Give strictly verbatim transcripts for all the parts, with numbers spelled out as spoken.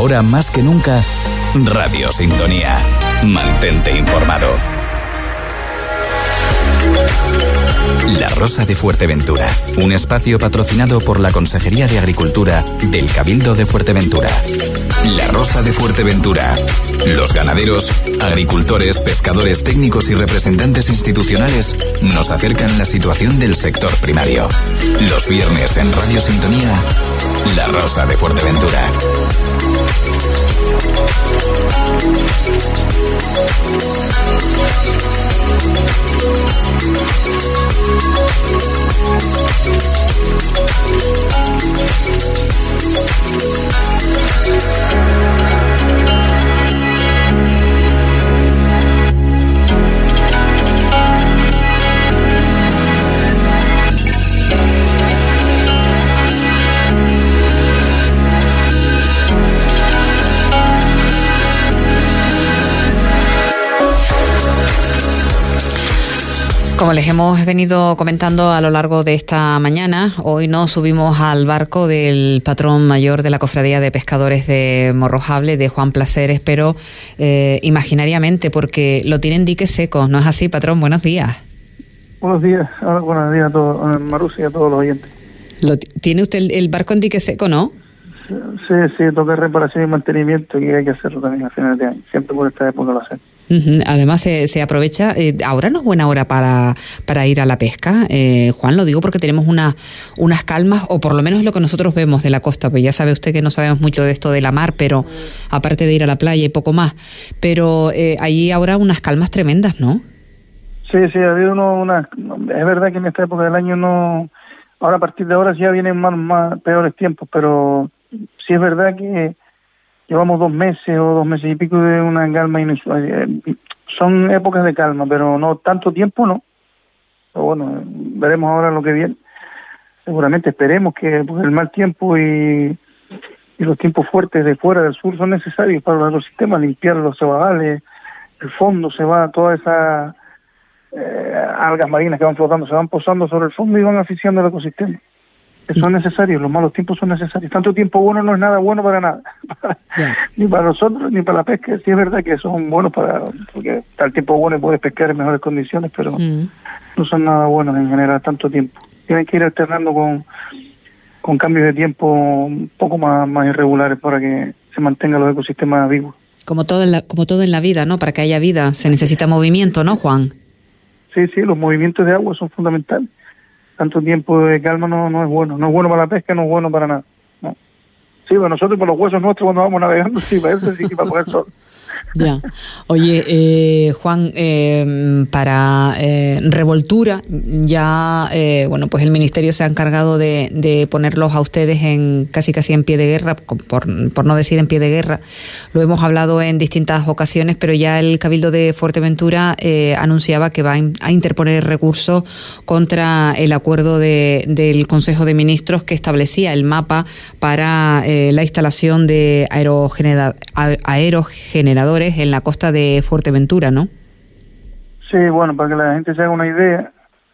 Ahora más que nunca, Radio Sintonía. Mantente informado. La Rosa de Fuerteventura, un espacio patrocinado por la Consejería de Agricultura del Cabildo de Fuerteventura. La Rosa de Fuerteventura. Los ganaderos, agricultores, pescadores, técnicos y representantes institucionales nos acercan la situación del sector primario. Los viernes en Radio Sintonía, La Rosa de Fuerteventura. Como les hemos venido comentando a lo largo de esta mañana, hoy nos subimos al barco del patrón mayor de la Cofradía de Pescadores de Morrojable, de Juan Placeres, pero eh, imaginariamente, porque lo tienen diques secos, ¿no es así, patrón? Buenos días. Buenos días, ahora buenos días a todos, Marusi y a todos los oyentes. Lo, ¿Tiene usted el, el barco en dique seco, no? Sí, sí, toca reparación y mantenimiento y hay que hacerlo también a finales de año, siempre por esta época lo hacemos. Uh-huh. Además se, se aprovecha, eh, ahora no es buena hora para, para ir a la pesca, eh, Juan, lo digo porque tenemos una, unas calmas, o por lo menos lo que nosotros vemos de la costa, pues ya sabe usted que no sabemos mucho de esto de la mar, pero aparte de ir a la playa y poco más, pero eh, allí ahora unas calmas tremendas, ¿no? Sí, sí, ha habido uno, una, es verdad que en esta época del año no, ahora a partir de ahora ya vienen más, más peores tiempos, pero sí es verdad que llevamos dos meses o dos meses y pico de una calma inusual. Son épocas de calma, pero no tanto tiempo, no. Pero bueno, veremos ahora lo que viene. Seguramente esperemos que pues, el mal tiempo y, y los tiempos fuertes de fuera del sur son necesarios para los ecosistemas, limpiar los cebadales, el fondo se va, todas esas eh, algas marinas que van flotando, se van posando sobre el fondo y van asfixiando el ecosistema. Eso es necesario, los malos tiempos son necesarios. Tanto tiempo bueno no es nada bueno para nada. Yeah. Ni para nosotros, ni para la pesca. Sí es verdad que son buenos para... porque está el tiempo bueno y puedes pescar en mejores condiciones, pero mm. no son nada buenos en general tanto tiempo. Tienen que ir alternando con, con cambios de tiempo un poco más, más irregulares para que se mantengan los ecosistemas vivos. Como todo, en la, como todo en la vida, ¿no? Para que haya vida se necesita movimiento, ¿no, Juan? Sí, sí, los movimientos de agua son fundamentales. Tanto tiempo de calma no, no es bueno, no es bueno para la pesca, no es bueno para nada. No. Sí, para nosotros, para los huesos nuestros cuando vamos navegando, sí, para eso sí, para poder sol. Ya. Oye, eh, Juan, eh, para eh, Revoltura, ya, eh, bueno, pues el Ministerio se ha encargado de, de ponerlos a ustedes en casi casi en pie de guerra, por, por no decir en pie de guerra. Lo hemos hablado en distintas ocasiones, pero ya el Cabildo de Fuerteventura eh, anunciaba que va a interponer recursos contra el acuerdo de, del Consejo de Ministros que establecía el mapa para eh, la instalación de aerogenera, aerogeneradores en la costa de Fuerteventura, ¿no? Sí, bueno, para que la gente se haga una idea,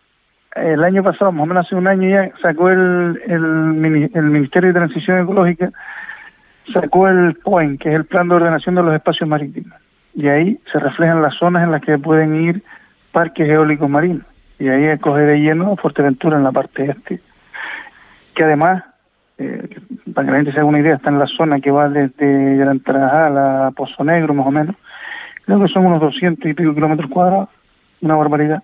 el año pasado, más o menos hace un año ya, sacó el, el, el Ministerio de Transición Ecológica, sacó el P O E M, que es el Plan de Ordenación de los Espacios Marítimos, y ahí se reflejan las zonas en las que pueden ir parques eólicos marinos, y ahí coge de lleno Fuerteventura en la parte este, que además, eh, para que la gente se haga una idea, está en la zona que va desde Gran Tarajal a Pozo Negro, más o menos. Creo que son unos doscientos y pico kilómetros cuadrados, una barbaridad.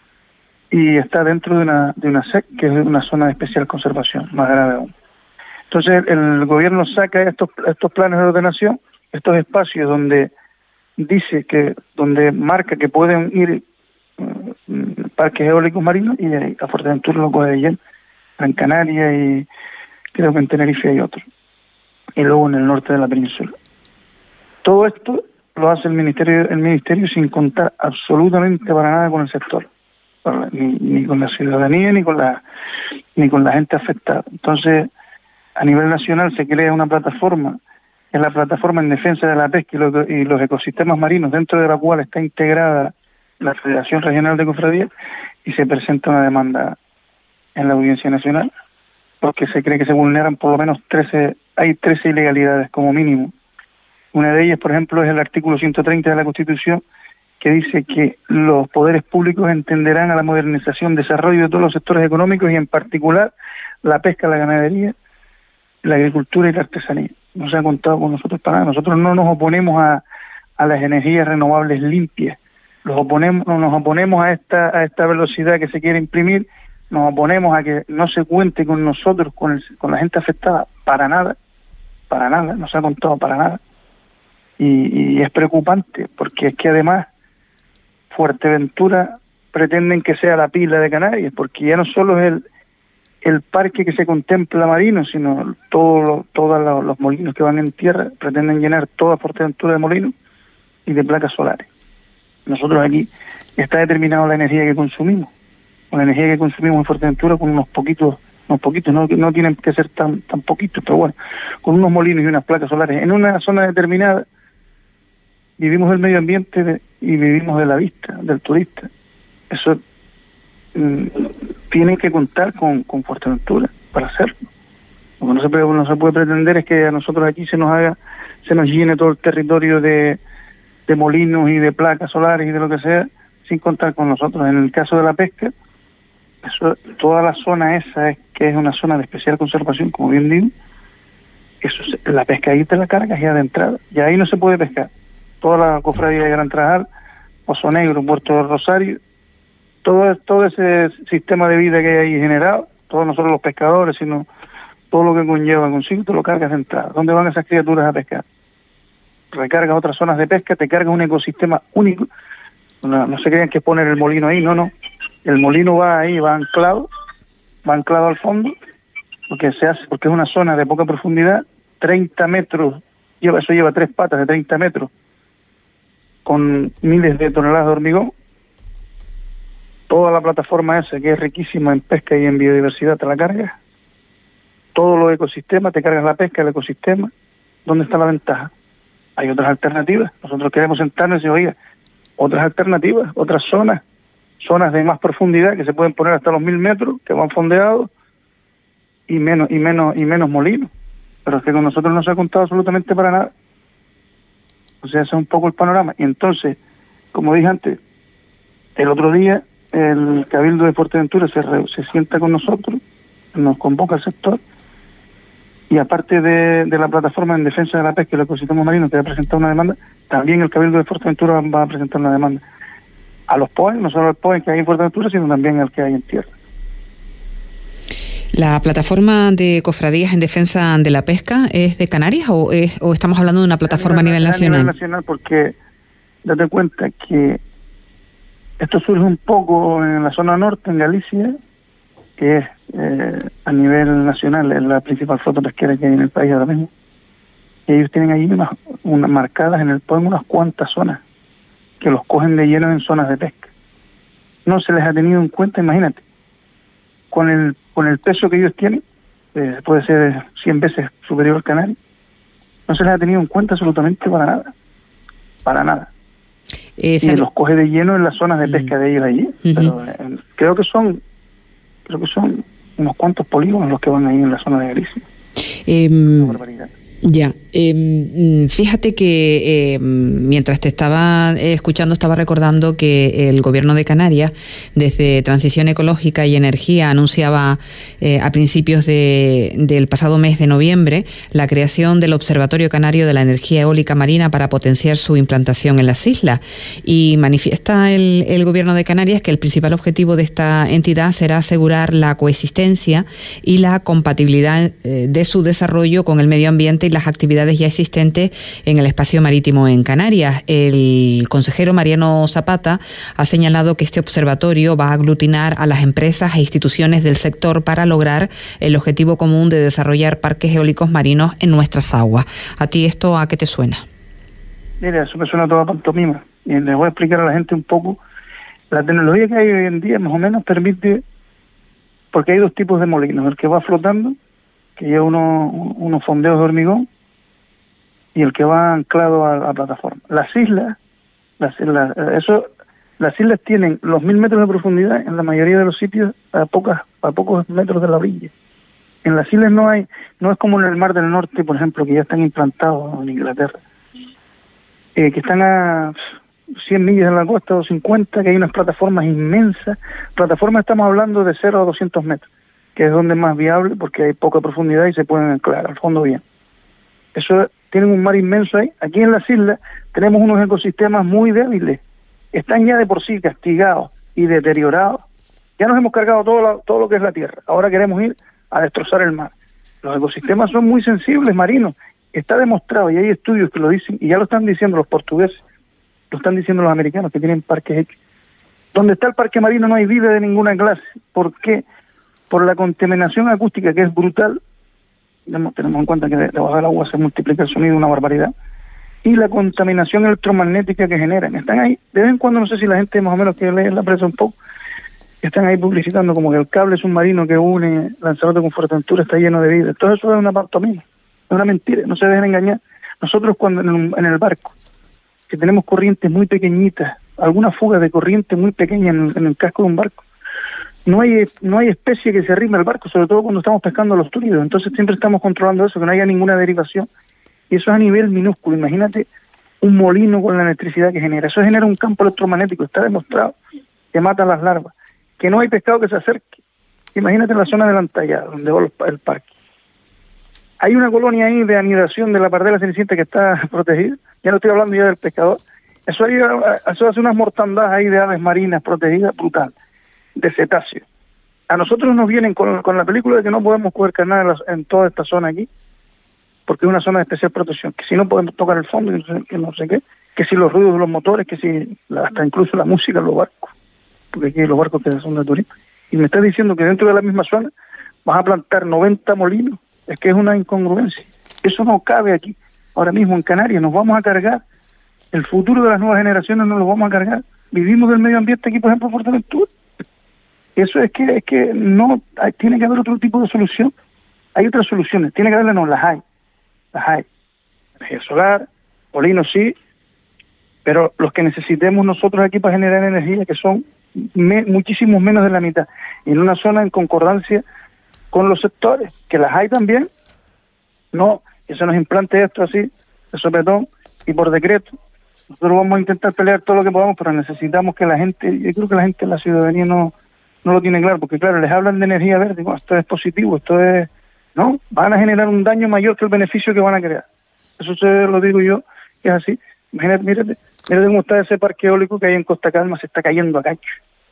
Y está dentro de una de una S E C, que es una zona de especial conservación, más grave aún. Entonces el, el gobierno saca estos estos planes de ordenación, estos espacios donde dice que, donde marca que pueden ir uh, parques eólicos marinos, y ahí a Fuerteventura lo coge de lleno, en Canarias y creo que en Tenerife hay otro, y luego en el norte de la península. Todo esto lo hace el ministerio, el ministerio sin contar absolutamente para nada con el sector, ni, ni con la ciudadanía, ni con la ni con la gente afectada. Entonces, a nivel nacional se crea una plataforma, que es la plataforma en defensa de la pesca y los, y los ecosistemas marinos, dentro de la cual está integrada la Federación Regional de Cofradías, y se presenta una demanda en la Audiencia Nacional, porque se cree que se vulneran por lo menos trece, hay trece ilegalidades como mínimo Una de ellas, por ejemplo, es el artículo ciento treinta de la Constitución, que dice que los poderes públicos entenderán a la modernización, desarrollo de todos los sectores económicos y en particular la pesca, la ganadería, la agricultura y la artesanía. No se ha contado con nosotros para nada. Nosotros no nos oponemos a, a las energías renovables limpias, los oponemos, no nos oponemos a esta, a esta velocidad que se quiere imprimir, nos oponemos a que no se cuente con nosotros, con, el, con la gente afectada, para nada, para nada, no se ha contado para nada. Y, y es preocupante, porque es que además Fuerteventura pretenden que sea la pila de Canarias, porque ya no solo es el, el parque que se contempla marino, sino todos lo, todos los, los molinos que van en tierra, pretenden llenar toda Fuerteventura de molinos y de placas solares. Nosotros aquí está determinada la energía que consumimos, la energía que consumimos en Fuerteventura con unos poquitos, unos poquitos, no, no tienen que ser tan, tan poquitos, pero bueno, con unos molinos y unas placas solares en una zona determinada. Vivimos del medio ambiente de, y vivimos de la vista, del turista. Eso mmm, tienen que contar con, con Fuerteventura para hacerlo. Lo que no se puede, no se puede pretender es que a nosotros aquí se nos haga, se nos llene todo el territorio de, de molinos y de placas solares y de lo que sea, sin contar con nosotros. En el caso de la pesca, eso, toda la zona esa es que es una zona de especial conservación, como bien digo, eso, la pesca ahí te la cargas ya de entrada, y ahí no se puede pescar. Toda la cofradía de Gran Trajal, Pozo Negro, Puerto del Rosario, todo, todo ese sistema de vida que hay ahí generado, todos nosotros los pescadores, sino todo lo que conlleva consigo, te lo cargas de entrada. ¿Dónde van esas criaturas a pescar? Recargas otras zonas de pesca, te cargas un ecosistema único. No, no se crean que poner el molino ahí, no, no. El molino va ahí, va anclado, va anclado al fondo, porque se hace, porque es una zona de poca profundidad, treinta metros, lleva, eso lleva tres patas de treinta metros, con miles de toneladas de hormigón. Toda la plataforma esa, que es riquísima en pesca y en biodiversidad, te la cargas. Todos los ecosistemas, te cargas la pesca, el ecosistema. ¿Dónde está la ventaja? Hay otras alternativas. Nosotros queremos sentarnos y decir, oiga, otras alternativas, otras zonas, zonas de más profundidad que se pueden poner hasta los mil metros, que van fondeados, y menos, y menos, y menos molinos. Pero es que con nosotros no se ha contado absolutamente para nada. O sea, ese es un poco el panorama. Y entonces, como dije antes, el otro día el Cabildo de Fuerteventura se, re, se sienta con nosotros, nos convoca al sector, y aparte de, de la plataforma en defensa de la pesca y el ecosistema marino que va a presentar una demanda, también el Cabildo de Fuerteventura va a presentar una demanda a los P O E, no solo al P O E que hay en Fuerteventura, sino también al que hay en tierra. ¿La plataforma de cofradías en defensa de la pesca es de Canarias o, es, o estamos hablando de una plataforma a nivel, a nivel nacional? A nivel nacional, porque date cuenta que esto surge un poco en la zona norte, en Galicia, que es eh, a nivel nacional, es la principal flota pesquera que hay en el país ahora mismo. Y ellos tienen ahí unas, unas marcadas en el P O E en unas cuantas zonas, que los cogen de lleno en zonas de pesca. No se les ha tenido en cuenta, imagínate, con el con el peso que ellos tienen, eh, puede ser cien veces superior al canario, no se les ha tenido en cuenta absolutamente para nada, para nada. Eh, y los coge de lleno en las zonas de pesca mm. de ellos allí, uh-huh. pero eh, creo que son, creo que son unos cuantos polígonos los que van ahí en la zona de Galicia. Eh, Una barbaridad. Ya, eh, fíjate que eh, mientras te estaba escuchando estaba recordando que el Gobierno de Canarias, desde Transición Ecológica y Energía, anunciaba eh, a principios de, del pasado mes de noviembre la creación del Observatorio Canario de la Energía Eólica Marina para potenciar su implantación en las islas. Y manifiesta el, el Gobierno de Canarias que el principal objetivo de esta entidad será asegurar la coexistencia y la compatibilidad eh, de su desarrollo con el medio ambiente y las actividades ya existentes en el espacio marítimo en Canarias. El consejero Mariano Zapata ha señalado que este observatorio va a aglutinar a las empresas e instituciones del sector para lograr el objetivo común de desarrollar parques eólicos marinos en nuestras aguas. ¿A ti esto a qué te suena? Mira, eso me suena toda pantomima. Y les voy a explicar a la gente un poco. La tecnología que hay hoy en día más o menos permite, porque hay dos tipos de molinos, el que va flotando, que lleva unos, unos fondeos de hormigón, y el que va anclado a la plataforma. Las islas, las, las, eso, las islas tienen los mil metros de profundidad en la mayoría de los sitios a, pocas, a pocos metros de la orilla. En las islas no hay, no es como en el Mar del Norte, por ejemplo, que ya están implantados en Inglaterra, eh, que están a cien millas de la costa o cincuenta, que hay unas plataformas inmensas. Plataformas estamos hablando de cero a doscientos metros, que es donde es más viable porque hay poca profundidad y se pueden anclar al fondo bien. Eso, tienen un mar inmenso ahí. Aquí en las islas tenemos unos ecosistemas muy débiles, están ya de por sí castigados y deteriorados. Ya nos hemos cargado todo, la, todo lo que es la tierra, ahora queremos ir a destrozar el mar. Los ecosistemas son muy sensibles, marinos, está demostrado y hay estudios que lo dicen, y ya lo están diciendo los portugueses, lo están diciendo los americanos que tienen parques hechos. Donde está el parque marino no hay vida de ninguna clase. ¿Por qué? Por la contaminación acústica, que es brutal. Tenemos, tenemos en cuenta que debajo del agua se multiplica el sonido una barbaridad. Y la contaminación electromagnética que generan. Están ahí, de vez en cuando, no sé si la gente más o menos que lee la prensa un poco, están ahí publicitando como que el cable submarino que une Lanzarote con Fuerteventura está lleno de vida. Todo eso es una pantomima, es una mentira, no se dejen engañar. Nosotros cuando en, un, en el barco, que tenemos corrientes muy pequeñitas, alguna fuga de corriente muy pequeña en, en el casco de un barco, no hay no hay especie que se arrime al barco, sobre todo cuando estamos pescando los túnidos. Entonces siempre estamos controlando eso, que no haya ninguna derivación. Y eso es a nivel minúsculo. Imagínate un molino con la electricidad que genera. Eso genera un campo electromagnético, está demostrado, que mata a las larvas. Que no hay pescado que se acerque. Imagínate la zona de la Antallada, donde va el parque. Hay una colonia ahí de anidación de la pardela cenicienta que está protegida. Ya no estoy hablando ya del pescador. Eso, hay, eso hace unas mortandades ahí de aves marinas protegidas brutal, de cetáceos. A nosotros nos vienen con, con la película de que no podemos coger carnada en, en toda esta zona aquí, porque es una zona de especial protección, que si no podemos tocar el fondo, que no sé, que no sé qué, que si los ruidos de los motores, que si la, hasta incluso la música en los barcos, porque aquí hay los barcos que son de turismo. Y me estás diciendo que dentro de la misma zona vas a plantar noventa molinos. Es que es una incongruencia. Eso no cabe aquí. Ahora mismo en Canarias nos vamos a cargar. El futuro de las nuevas generaciones nos lo vamos a cargar. Vivimos del medio ambiente aquí, por ejemplo, en Fuerteventura. Eso es que es que no, hay, tiene que haber otro tipo de solución. Hay otras soluciones. Tiene que haberlas, no, las hay. Las hay. Energía solar, molinos sí, pero los que necesitemos nosotros aquí para generar energía, que son me, muchísimos menos de la mitad. Y en una zona en concordancia con los sectores, que las hay también, no que se nos implante esto así, de sopetón y por decreto. Nosotros vamos a intentar pelear todo lo que podamos, pero necesitamos que la gente, yo creo que la gente, la ciudadanía no, no lo tiene claro, porque claro, les hablan de energía verde, bueno, esto es positivo, esto es, no, van a generar un daño mayor que el beneficio que van a crear. Eso se lo digo yo, que es así. Imagínate, mírate, mírate cómo está ese parque eólico que hay en Costa Calma, se está cayendo a cacho.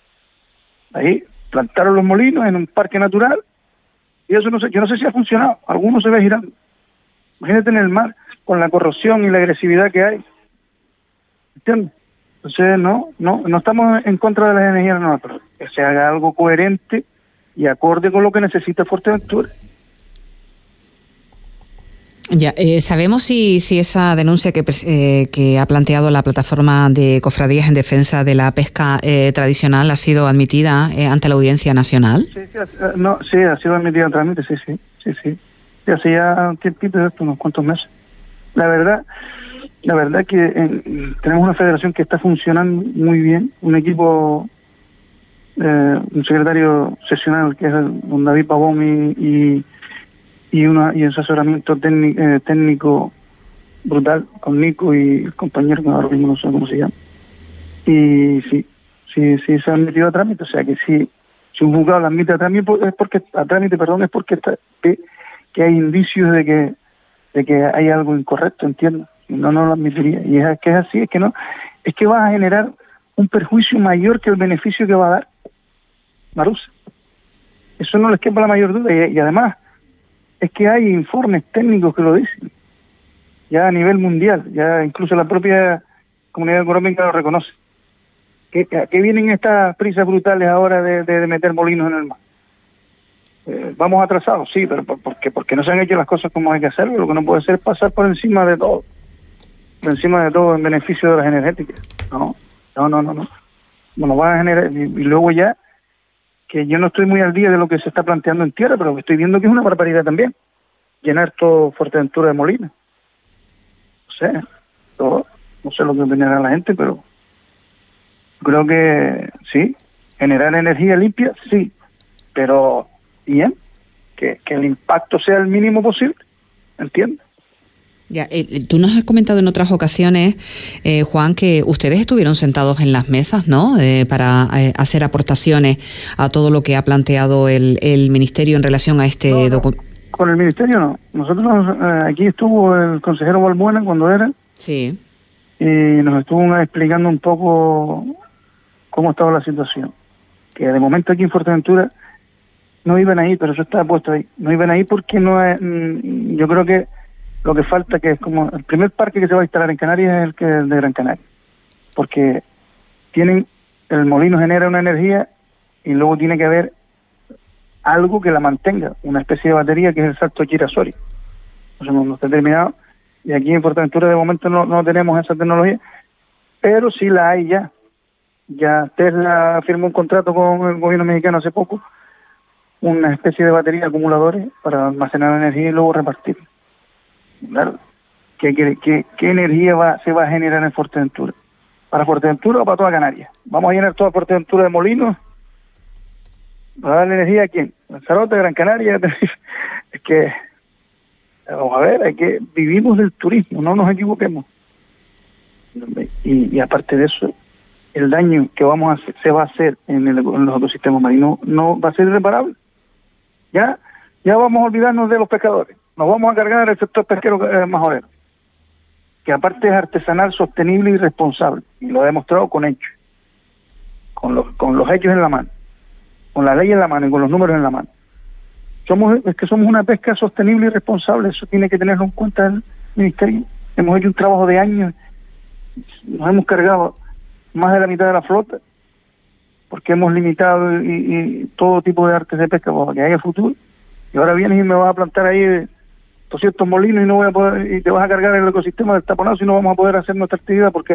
Ahí plantaron los molinos en un parque natural, y eso no sé, yo no sé si ha funcionado, algunos se ve girando. Imagínate en el mar, con la corrosión y la agresividad que hay. ¿Entiendes? Entonces, no, no, no estamos en contra de las energías renovables, que se haga algo coherente y acorde con lo que necesita Fuerteventura. Ya, eh, ¿sabemos si, si esa denuncia que, eh, que ha planteado la plataforma de cofradías en defensa de la pesca eh, tradicional ha sido admitida eh, ante la Audiencia Nacional? Sí, sí, no, sí, ha sido admitida en trámite, sí, sí, sí, sí. Y hace ya un tiempito de esto, unos cuantos meses. La verdad, la verdad que en, tenemos una federación que está funcionando muy bien, un equipo, eh, un secretario sesional que es el, don David Pavón y, y y una y un asesoramiento técnico, eh, técnico brutal con Nico y el compañero que ahora mismo no sé cómo se llama. Y sí, sí, sí se han metido a trámite, o sea que si, si un juzgado la admite a trámite, es porque, a trámite, perdón, es porque está, que, que hay indicios de que de que hay algo incorrecto, entiendo. Si no, no lo admitiría. Y es que es así, es que no, es que va a generar un perjuicio mayor que el beneficio que va a dar Marusa. Eso no les quepa la mayor duda, y, y además es que hay informes técnicos que lo dicen, ya a nivel mundial, ya incluso la propia Comunidad Económica lo reconoce. ¿Qué, qué vienen estas prisas brutales ahora de, de, de meter molinos en el mar? Eh, vamos atrasados, sí, pero por, ¿por qué? Porque no se han hecho las cosas como hay que hacerlo. Lo que no puede ser es pasar por encima de todo, por encima de todo en beneficio de las energéticas. No, no, no, no, no. Bueno, va a generar, y, y luego ya, que yo no estoy muy al día de lo que se está planteando en tierra, pero estoy viendo que es una barbaridad también, llenar todo Fuerteventura de molinos. No sé, todo, no sé lo que opinará la gente, pero creo que sí, generar energía limpia, sí, pero bien, que, que el impacto sea el mínimo posible, ¿entiendes? Ya, eh, tú nos has comentado en otras ocasiones, eh, Juan, que ustedes estuvieron sentados en las mesas, ¿no?, eh, para eh, hacer aportaciones a todo lo que ha planteado el, el Ministerio en relación a este no, no, documento. Con el Ministerio no. Nosotros, eh, aquí estuvo el consejero Balbuena cuando era, Sí. y nos estuvo explicando un poco cómo estaba la situación. Que de momento aquí en Fuerteventura no iban ahí, pero eso está puesto ahí. No iban ahí porque no es, mm, yo creo que lo que falta, que es como el primer parque que se va a instalar en Canarias es el que es de Gran Canaria, porque tienen, el molino genera una energía y luego tiene que haber algo que la mantenga, una especie de batería que es el salto giratorio. O sea, no está terminado, y aquí en Fuerteventura de momento no, no tenemos esa tecnología, pero sí la hay ya. Ya Tesla firmó un contrato con el gobierno mexicano hace poco, una especie de batería acumuladores para almacenar energía y luego repartir. Claro. ¿Qué, qué, qué, qué energía va, se va a generar en Fuerteventura? ¿Para Fuerteventura o para toda Canarias? ¿Vamos a llenar toda Fuerteventura de molinos? ¿Va a dar energía a quién? ¿Lanzarote, Gran Canaria? Es que, vamos a ver, hay que vivimos del turismo, no nos equivoquemos. Y, y aparte de eso, el daño que vamos a hacer, se va a hacer en, el, en los ecosistemas marinos no va a ser irreparable. Ya, ya vamos a olvidarnos de los pescadores. Nos vamos a cargar el sector pesquero eh, majorero, que aparte es artesanal, sostenible y responsable, y lo ha demostrado con hechos, con los, con los hechos en la mano, con la ley en la mano y con los números en la mano. Somos, es que somos una pesca sostenible y responsable, eso tiene que tenerlo en cuenta el Ministerio. Hemos hecho un trabajo de años, nos hemos cargado más de la mitad de la flota, porque hemos limitado y, y todo tipo de artes de pesca para que haya futuro, y ahora vienes y me vas a plantar ahí doscientos molinos y no voy a poder, y te vas a cargar el ecosistema del taponazo y no vamos a poder hacer nuestra actividad, porque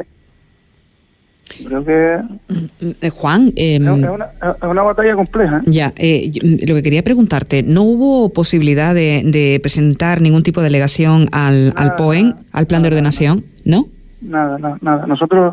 creo que eh, Juan, eh, es, una, es una batalla compleja. Ya, eh, yo, lo que quería preguntarte, ¿no hubo posibilidad de, de presentar ningún tipo de alegación al, nada, al POEN, al plan nada, de ordenación? ¿No? Nada, nada, nada. Nosotros,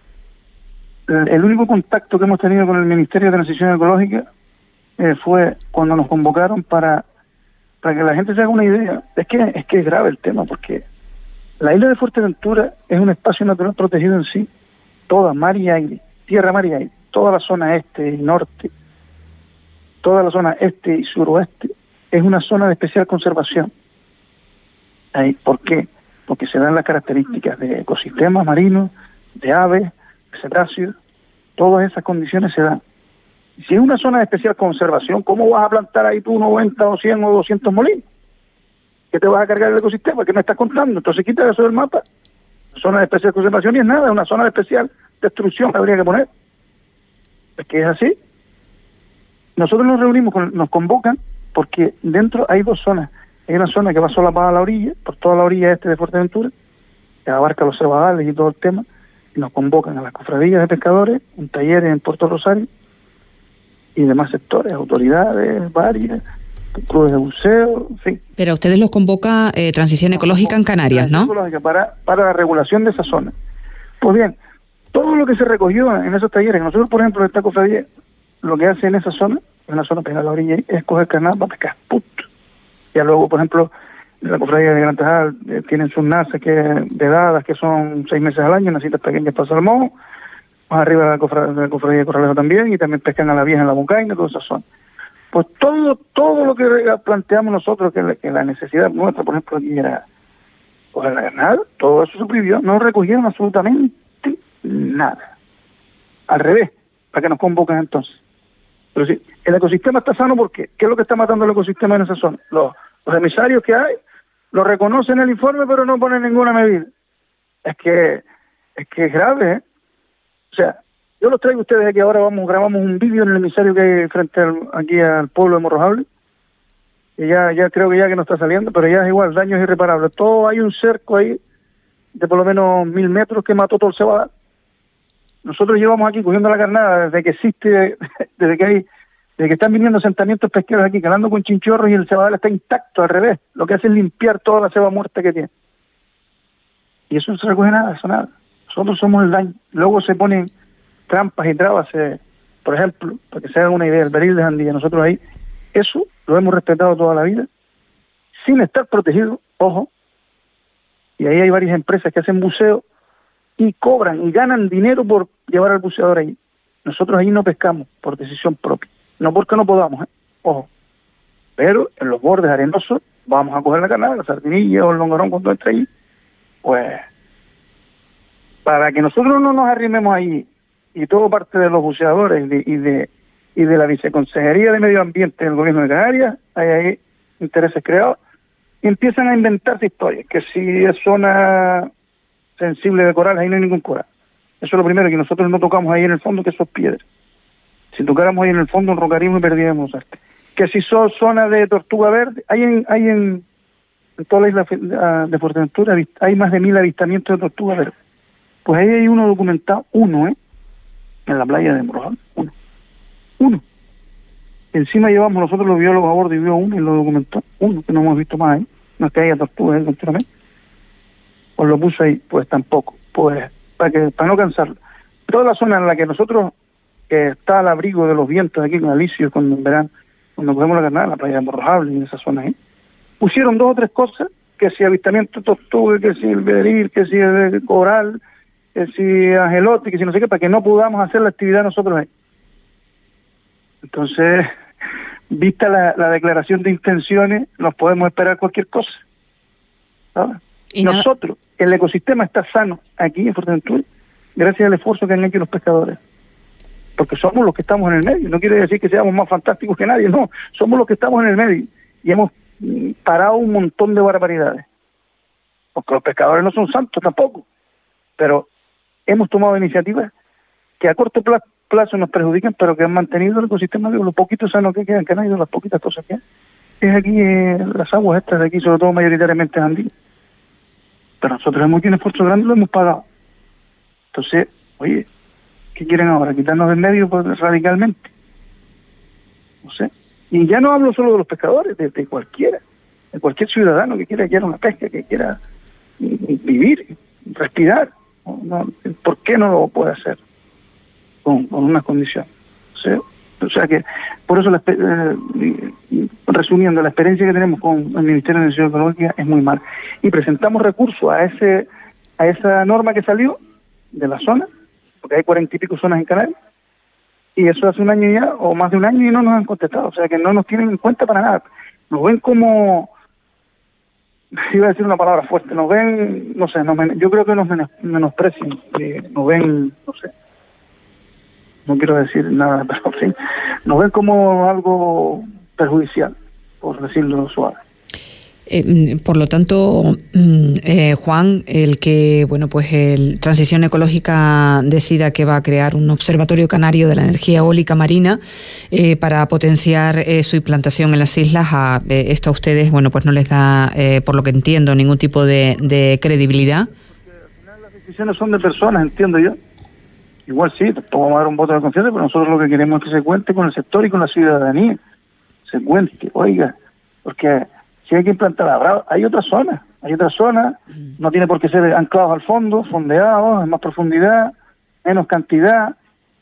el, el único contacto que hemos tenido con el Ministerio de Transición Ecológica eh, fue cuando nos convocaron para para que la gente se haga una idea. Es que es que es grave el tema, porque la isla de Fuerteventura es un espacio natural protegido en sí, toda, mar y aire, tierra, mar y aire, toda la zona este y norte, toda la zona este y suroeste, es una zona de especial conservación. Ahí, ¿por qué? Porque se dan las características de ecosistemas marinos, de aves, de cetáceos, todas esas condiciones se dan. Si es una zona de especial conservación, ¿cómo vas a plantar ahí tú noventa o cien o doscientos molinos? ¿Qué te vas a cargar el ecosistema? ¿Qué me estás contando? Entonces quita eso del mapa. Zona de especial conservación y es nada, es una zona de especial destrucción que habría que poner. Es que es así. Nosotros nos reunimos, con, nos convocan, porque dentro hay dos zonas. Hay una zona que va solapada a la orilla, por toda la orilla este de Fuerteventura, que abarca los cebadales y todo el tema, y nos convocan a las cofradías de pescadores, un taller en Puerto Rosario, y demás sectores, autoridades varias, clubes de buceo, en fin. Pero a ustedes los convoca eh, Transición Ecológica en Canarias, ¿no? Ecológica para, para la regulación de esa zona. Pues bien, todo lo que se recogió en esos talleres, nosotros por ejemplo en esta cofradía, lo que hace en esa zona, en una zona pegada a la orilla, es coger carnada para pescar, punto. Ya luego, por ejemplo, la cofradía de Gran Tajal eh, tienen sus naces que, de dadas que son seis meses al año, nacitas pequeñas para salmón. Más arriba de la cofradía, de la cofradía de Corralejo también, y también pescan a la vieja en la Buncaina, todas esas zonas. Pues todo todo lo que planteamos nosotros, que la, que la necesidad nuestra, por ejemplo, aquí era pues, la nada, todo eso se prohibió, no recogieron absolutamente nada. Al revés, para que nos convoquen entonces. Pero sí, el ecosistema está sano, ¿por qué? ¿Qué es lo que está matando el ecosistema en esa zona? Los, los emisarios que hay, lo reconocen en el informe, pero no ponen ninguna medida. Es que es que es grave, ¿eh? O sea, yo los traigo a ustedes aquí ahora, vamos, grabamos un vídeo en el emisario que hay frente al, aquí al pueblo de Morrojable, y ya, ya creo que ya que no está saliendo, pero ya es igual, daños irreparables. Todo hay un cerco ahí de por lo menos mil metros que mató todo el cebadal. Nosotros llevamos aquí cogiendo la carnada desde que existe, desde que hay, desde que están viniendo asentamientos pesqueros aquí, calando con chinchorros y el cebadal está intacto, al revés. Lo que hace es limpiar toda la ceba muerta que tiene. Y eso no se recoge nada, eso nada. Nosotros somos el daño. Luego se ponen trampas y trabas, eh, por ejemplo, para que se hagan una idea, el beril de Jandía, nosotros ahí, eso lo hemos respetado toda la vida, sin estar protegido, ojo, y ahí hay varias empresas que hacen buceo y cobran y ganan dinero por llevar al buceador ahí. Nosotros ahí no pescamos por decisión propia, no porque no podamos, ¿eh? Ojo, pero en los bordes arenosos vamos a coger la carnada, la sardinilla o el longarón cuando entre ahí, pues para que nosotros no nos arrimemos ahí, y todo parte de los buceadores y de, y de, y de la Viceconsejería de Medio Ambiente del Gobierno de Canarias, hay ahí intereses creados, y empiezan a inventarse historias, que si es zona sensible de coral, ahí no hay ningún coral. Eso es lo primero, que nosotros no tocamos ahí en el fondo, que eso es piedra. Si tocáramos ahí en el fondo, enrocaríamos y perderíamos arte. Que si son zonas de tortuga verde, hay en, hay en, en toda la isla de Fuerteventura, hay más de mil avistamientos de tortuga verde. Pues ahí hay uno documentado, uno, ¿eh? En la playa de Morojal, uno. Uno. Encima llevamos nosotros los biólogos a bordo y vio uno y lo documentó, uno, que no hemos visto más ahí. No es que haya tortugas ahí continuamente. Pues lo puso ahí, pues tampoco. Pues para que para no cansarlo. Toda la zona en la que nosotros, que está al abrigo de los vientos aquí con Alicio, cuando en verano, cuando cogemos la carnada, la playa de Morrojable y en esa zona ahí, pusieron dos o tres cosas, que si avistamiento de tortuga, que si el bedril, que si el coral, que si angelote, que si no sé qué, para que no podamos hacer la actividad nosotros ahí. Entonces, vista la, la declaración de intenciones, nos podemos esperar cualquier cosa, ¿sabes? Y nosotros, nada... el ecosistema está sano aquí en Fuerteventura, gracias al esfuerzo que han hecho los pescadores. Porque somos los que estamos en el medio. No quiere decir que seamos más fantásticos que nadie, no. Somos los que estamos en el medio. Y hemos parado un montón de barbaridades. Porque los pescadores no son santos tampoco. Pero hemos tomado iniciativas que a corto plazo nos perjudican, pero que han mantenido el ecosistema de los poquitos sanos que quedan, que han ido las poquitas cosas que hay. Es aquí, eh, las aguas estas de aquí, sobre todo mayoritariamente andinas. Pero nosotros hemos hecho un esfuerzo grande y lo hemos pagado. Entonces, oye, ¿qué quieren ahora? ¿Quitarnos del medio pues, radicalmente? No sé. Y ya no hablo solo de los pescadores, de, de cualquiera, de cualquier ciudadano que quiera quiera una pesca, que quiera vivir, respirar. No, no, ¿por qué no lo puede hacer? Con, con unas condiciones. O sea, o sea que, por eso, la, eh, resumiendo, la experiencia que tenemos con el Ministerio de Transición Ecológica es muy mala. Y presentamos recursos a ese a esa norma que salió de la zona, porque hay cuarenta y pico zonas en Canarias, y eso hace un año ya, o más de un año, y no nos han contestado, o sea que no nos tienen en cuenta para nada. Nos ven como, iba a decir una palabra fuerte, nos ven, no sé, nos, yo creo que nos menos, menosprecian, eh, nos ven, no sé, no quiero decir nada, pero en fin, nos ven como algo perjudicial, por decirlo suave. Eh, por lo tanto, eh, Juan, el que, bueno, pues el Transición Ecológica decida que va a crear un observatorio canario de la energía eólica marina eh, para potenciar eh, su implantación en las islas, a eh, esto a ustedes, bueno, pues no les da, eh, por lo que entiendo, ningún tipo de, de credibilidad. Porque al final las decisiones son de personas, entiendo yo. Igual sí, vamos a dar un voto de confianza, pero nosotros lo que queremos es que se cuente con el sector y con la ciudadanía. Se cuente, oiga, porque si hay que implantar la hay otras zonas, hay otras zonas, no tiene por qué ser anclados al fondo, fondeados, en más profundidad, menos cantidad.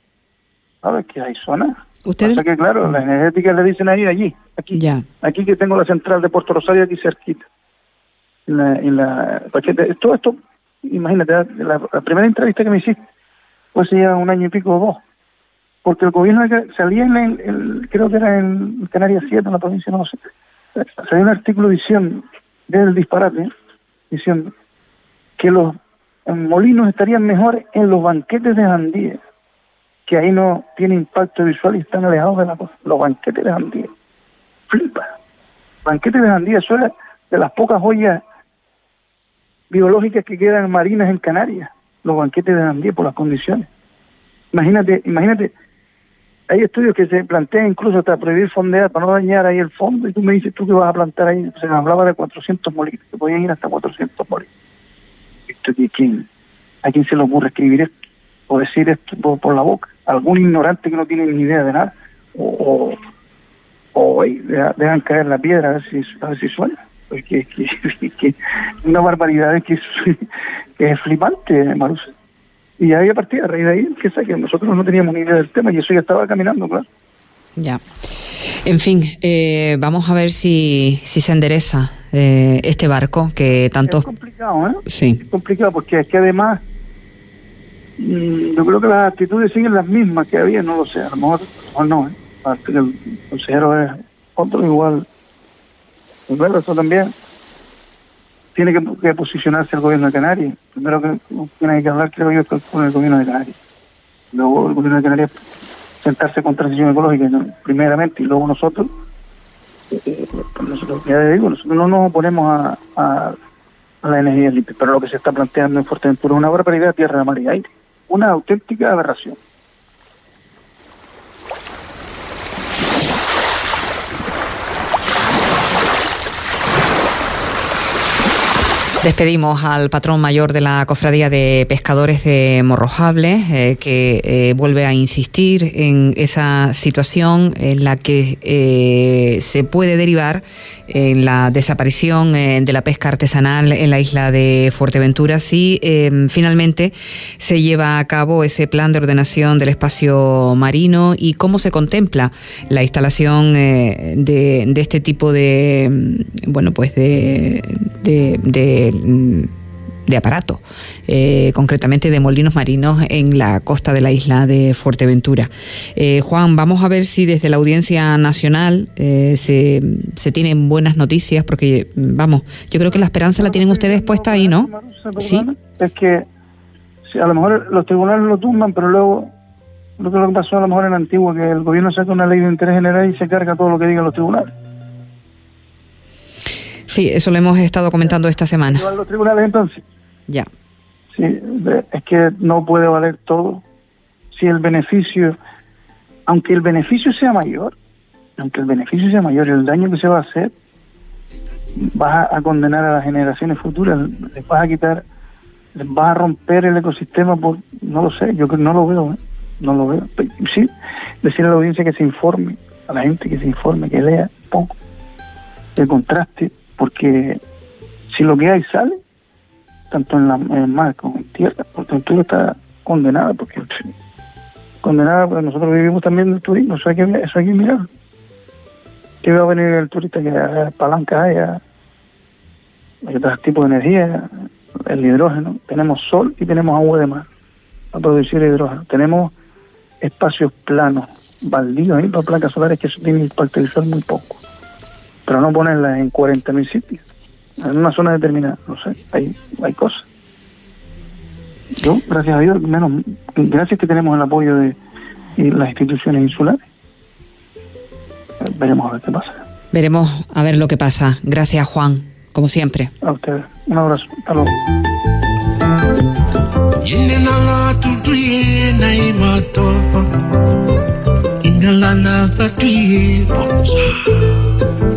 ¿Sabes que hay zonas? ¿Ustedes? Pasa que claro, las energéticas le dicen ahí, allí, aquí, ya. Aquí que tengo la central de Puerto Rosario aquí cerquita. En la, en la, todo esto, imagínate, la, la primera entrevista que me hiciste, pues ya un año y pico o dos, porque el gobierno salía en el, el creo que era en Canarias siete, en la provincia, no lo sé, salió un artículo diciendo, del disparate, diciendo que los molinos estarían mejor en los banquetes de Jandía, que ahí no tiene impacto visual y están alejados de la cosa. Los banquetes de Jandía. Flipa. Banquetes de Jandía, eso es de las pocas joyas biológicas que quedan marinas en Canarias, los banquetes de Jandía por las condiciones. Imagínate, imagínate, hay estudios que se plantean incluso hasta prohibir fondear para no dañar ahí el fondo, y tú me dices tú que vas a plantar ahí, se me hablaba de cuatrocientos molinos, que podían ir hasta cuatrocientos molinos. ¿Esto, quién, ¿A quién se le ocurre escribir esto o decir esto por, por la boca? ¿Algún ignorante que no tiene ni idea de nada? O, o, o dejan, dejan caer la piedra a ver si, a ver si suena. Porque que, que, que una barbaridad es que, que es flipante, Marusa. Y ahí a partir, a raíz de ahí, que sé que nosotros no teníamos ni idea del tema y eso ya estaba caminando, claro. Ya. En fin, eh, vamos a ver si, si se endereza eh, este barco que tanto... Es complicado, ¿eh? Sí. Es complicado porque es que además mmm, yo creo que las actitudes siguen las mismas que había, no lo sé, a lo mejor, a lo mejor no, ¿eh? Aparte que el consejero es otro igual. Pues bueno, eso también tiene que, que posicionarse el gobierno de Canarias. Primero que tiene que hablar, creo yo, con el gobierno de Canarias. Luego el gobierno de Canarias sentarse con transición ecológica, ¿no? Primeramente, y luego nosotros, eh, nosotros ya digo, nosotros no nos oponemos a, a, a la energía limpia, pero lo que se está planteando en Fuerteventura es una barbaridad de tierra, mar y aire, una auténtica aberración. Despedimos al patrón mayor de la Cofradía de Pescadores de Morrojable, eh, que eh, vuelve a insistir en esa situación en la que eh, se puede derivar en la desaparición eh, de la pesca artesanal en la isla de Fuerteventura si eh, finalmente se lleva a cabo ese plan de ordenación del espacio marino y cómo se contempla la instalación eh, de, de este tipo de, bueno, pues de, de, de de aparato, eh, concretamente de molinos marinos en la costa de la isla de Fuerteventura. Eh, Juan, vamos a ver si desde la Audiencia Nacional eh, se, se tienen buenas noticias, porque, vamos, yo creo que la esperanza la tienen ustedes puesta ahí, ¿no? Sí. Es que sí, a lo mejor los tribunales lo tumban, pero luego lo que pasó a lo mejor en Antigua, que el gobierno saca una ley de interés general y se carga todo lo que digan los tribunales. Sí, eso lo hemos estado comentando esta semana. ¿Van los tribunales entonces? Ya. Sí, es que no puede valer todo. Si el beneficio, aunque el beneficio sea mayor, aunque el beneficio sea mayor, el daño que se va a hacer, vas a condenar a las generaciones futuras, les vas a quitar, les vas a romper el ecosistema por, no lo sé, yo no lo veo, ¿eh? no lo veo. Sí, decirle a la audiencia que se informe, a la gente que se informe, que lea un poco, que contraste, porque si lo que hay sale, tanto en, la, en el mar como en tierra, Fuerteventura está condenada, porque condenada porque nosotros vivimos también del turismo, eso hay que, eso hay que mirar. Que va a venir el turista que haya palancas, haya, hay otros tipos de energía, el hidrógeno, tenemos sol y tenemos agua de mar para producir hidrógeno, tenemos espacios planos, baldíos ahí para placas solares que eso tiene que utilizar muy poco, pero no ponerlas en cuarenta mil sitios, en una zona determinada, no sé, hay, hay cosas. Yo, gracias a Dios, menos, gracias que tenemos el apoyo de, de las instituciones insulares. Veremos a ver qué pasa. Veremos a ver lo que pasa. Gracias, Juan, como siempre. A ustedes. Un abrazo. Hasta luego. In the land of the